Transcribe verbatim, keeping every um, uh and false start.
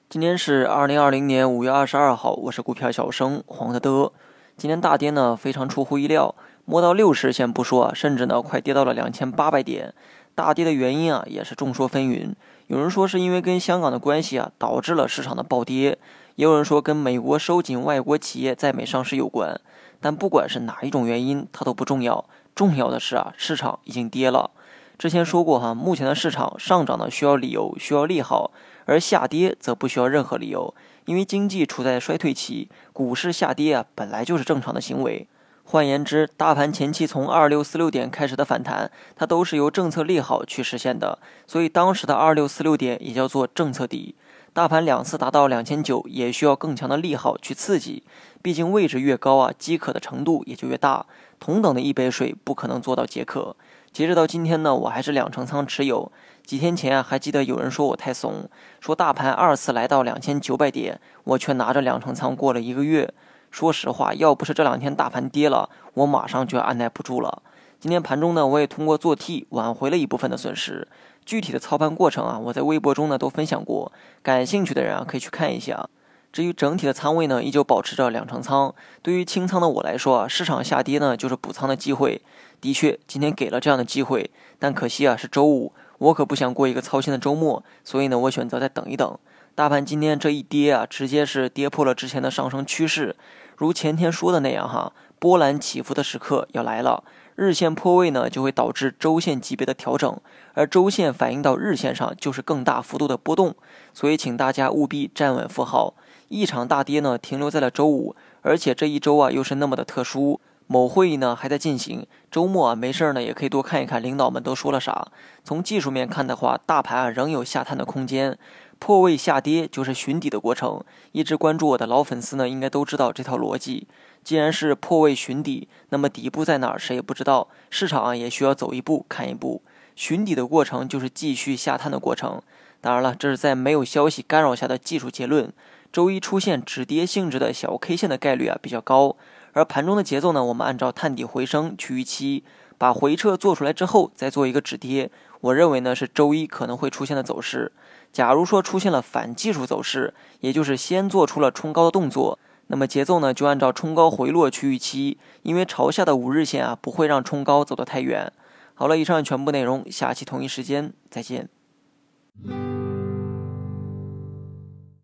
今天是二零二零年五月二十二号，我是股票小生黄德德。今天大跌呢，非常出乎意料，摸到六十线不说啊，甚至呢快跌到了两千八百点。大跌的原因啊，也是众说纷纭。有人说是因为跟香港的关系啊，导致了市场的暴跌；也有人说跟美国收紧外国企业在美上市有关。但不管是哪一种原因，它都不重要，重要的是啊，市场已经跌了。之前说过哈，目前的市场上涨呢需要理由，需要利好。而下跌则不需要任何理由，因为经济处在衰退期，股市下跌啊本来就是正常的行为。换言之，大盘前期从二六四六点开始的反弹，它都是由政策利好去实现的，所以当时的二六四六点也叫做政策底。大盘两次达到两千九，也需要更强的利好去刺激，毕竟位置越高啊，饥渴的程度也就越大。同等的一杯水不可能做到解渴。截止到今天呢，我还是两成仓持有。几天前啊，还记得有人说我太怂，说大盘二次来到两千九百点，我却拿着两成仓过了一个月。说实话，要不是这两天大盘跌了，我马上就要按耐不住了。今天盘中呢，我也通过做 T 挽回了一部分的损失。具体的操盘过程啊，我在微博中呢都分享过，感兴趣的人啊可以去看一下。至于整体的仓位呢，依旧保持着两成仓。对于清仓的我来说啊，市场下跌呢就是补仓的机会。的确，今天给了这样的机会，但可惜啊是周五，我可不想过一个操心的周末，所以呢我选择再等一等。大盘今天这一跌啊，直接是跌破了之前的上升趋势。如前天说的那样哈，波澜起伏的时刻要来了。日线破位呢，就会导致周线级别的调整，而周线反映到日线上就是更大幅度的波动，所以请大家务必站稳符号。一场大跌呢，停留在了周五，而且这一周啊又是那么的特殊，某会议呢还在进行，周末啊没事呢也可以多看一看领导们都说了啥。从技术面看的话，大盘啊仍有下探的空间，破位下跌就是寻底的过程。一直关注我的老粉丝呢，应该都知道这套逻辑。既然是破位寻底，那么底部在哪儿谁也不知道，市场啊也需要走一步看一步。寻底的过程就是继续下探的过程。当然了，这是在没有消息干扰下的技术结论。周一出现止跌性质的小 K 线的概率啊比较高，而盘中的节奏呢，我们按照探底回升去预期，把回撤做出来之后再做一个止跌，我认为呢是周一可能会出现的走势。假如说出现了反技术走势，也就是先做出了冲高的动作，那么节奏呢就按照冲高回落去预期，因为朝下的五日线啊不会让冲高走得太远。好了，以上全部内容，下期同一时间再见。